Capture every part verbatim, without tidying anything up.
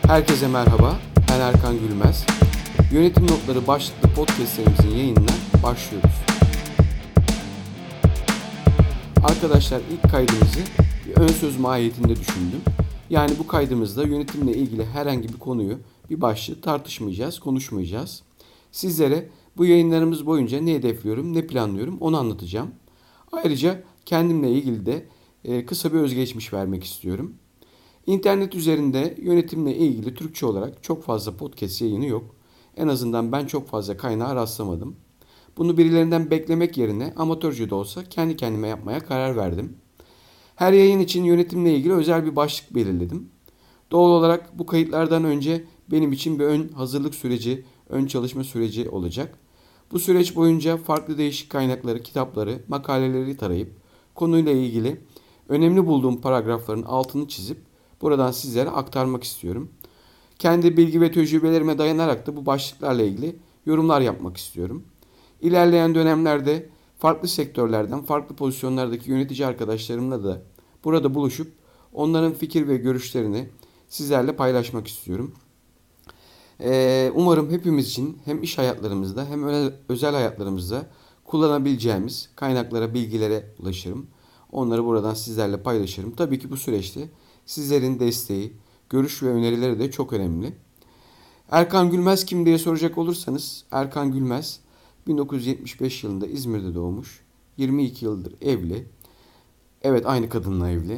Herkese merhaba, ben Erkan Gülmez. Yönetim Notları başlıklı podcastlerimizin yayınına başlıyoruz. Arkadaşlar ilk kaydımızı bir ön söz mahiyetinde düşündüm. Yani bu kaydımızda yönetimle ilgili herhangi bir konuyu, bir başlığı tartışmayacağız, konuşmayacağız. Sizlere bu yayınlarımız boyunca ne hedefliyorum, ne planlıyorum onu anlatacağım. Ayrıca kendimle ilgili de kısa bir özgeçmiş vermek istiyorum. İnternet üzerinde yönetimle ilgili Türkçe olarak çok fazla podcast yayını yok. En azından ben çok fazla kaynağa rastlamadım. Bunu birilerinden beklemek yerine amatörce de olsa kendi kendime yapmaya karar verdim. Her yayın için yönetimle ilgili özel bir başlık belirledim. Doğal olarak bu kayıtlardan önce benim için bir ön hazırlık süreci, ön çalışma süreci olacak. Bu süreç boyunca farklı değişik kaynakları, kitapları, makaleleri tarayıp konuyla ilgili önemli bulduğum paragrafların altını çizip buradan sizlere aktarmak istiyorum. Kendi bilgi ve tecrübelerime dayanarak da bu başlıklarla ilgili yorumlar yapmak istiyorum. İlerleyen dönemlerde farklı sektörlerden, farklı pozisyonlardaki yönetici arkadaşlarımla da burada buluşup onların fikir ve görüşlerini sizlerle paylaşmak istiyorum. Ee, umarım hepimiz için hem iş hayatlarımızda hem özel hayatlarımızda kullanabileceğimiz kaynaklara, bilgilere ulaşırım. Onları buradan sizlerle paylaşırım. Tabii ki bu süreçte sizlerin desteği, görüş ve önerileri de çok önemli. Erkan Gülmez kim diye soracak olursanız, Erkan Gülmez bin dokuz yüz yetmiş beş yılında İzmir'de doğmuş. yirmi iki yıldır evli. Evet, aynı kadınla evli.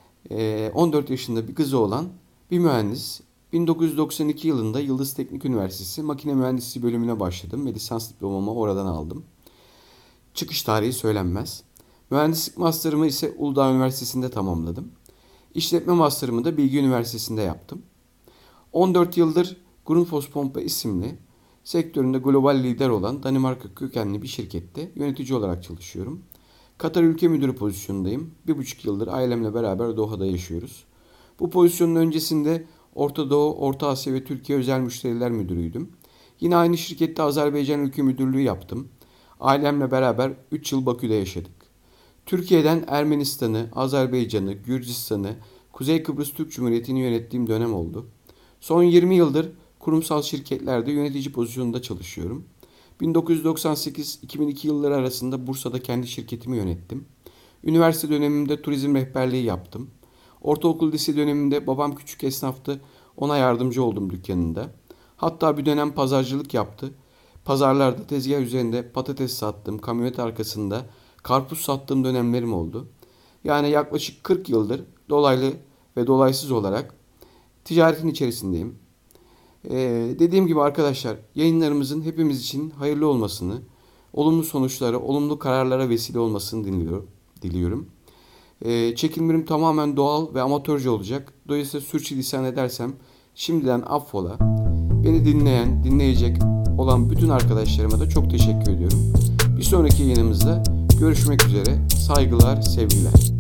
on dört yaşında bir kızı olan bir mühendis. bin dokuz yüz doksan iki yılında Yıldız Teknik Üniversitesi Makine Mühendisliği bölümüne başladım ve lisans diplomamı oradan aldım. Çıkış tarihi söylenmez. Mühendislik master'ımı ise Uludağ Üniversitesi'nde tamamladım. İşletme master'ımı da Bilgi Üniversitesi'nde yaptım. on dört yıldır Grundfos Pompa isimli sektöründe global lider olan Danimarka kökenli bir şirkette yönetici olarak çalışıyorum. Katar Ülke Müdürü pozisyondayım. Bir buçuk yıldır ailemle beraber Doha'da yaşıyoruz. Bu pozisyonun öncesinde Orta Doğu, Orta Asya ve Türkiye Özel Müşteriler Müdürüydüm. Yine aynı şirkette Azerbaycan Ülke Müdürlüğü yaptım. Ailemle beraber üç yıl Bakü'de yaşadık. Türkiye'den Ermenistan'ı, Azerbaycan'ı, Gürcistan'ı, Kuzey Kıbrıs Türk Cumhuriyeti'ni yönettiğim dönem oldu. Son yirmi yıldır kurumsal şirketlerde yönetici pozisyonunda çalışıyorum. bin dokuz yüz doksan sekiz iki bin iki yılları arasında Bursa'da kendi şirketimi yönettim. Üniversite dönemimde turizm rehberliği yaptım. Ortaokul lise döneminde babam küçük esnaftı, ona yardımcı oldum dükkanında. Hatta bir dönem pazarcılık yaptı. Pazarlarda tezgah üzerinde patates sattım, kamyonet arkasında karpuz sattığım dönemlerim oldu. Yani yaklaşık kırk yıldır dolaylı ve dolaysız olarak ticaretin içerisindeyim. Ee, dediğim gibi arkadaşlar, yayınlarımızın hepimiz için hayırlı olmasını, olumlu sonuçlara, olumlu kararlara vesile olmasını diliyorum. diliyorum. Ee, çekimlerim tamamen doğal ve amatörce olacak. Dolayısıyla sürçülisan edersem şimdiden affola. Beni dinleyen, dinleyecek olan bütün arkadaşlarıma da çok teşekkür ediyorum. Bir sonraki yayınımızda görüşmek üzere. Saygılar, sevgiler.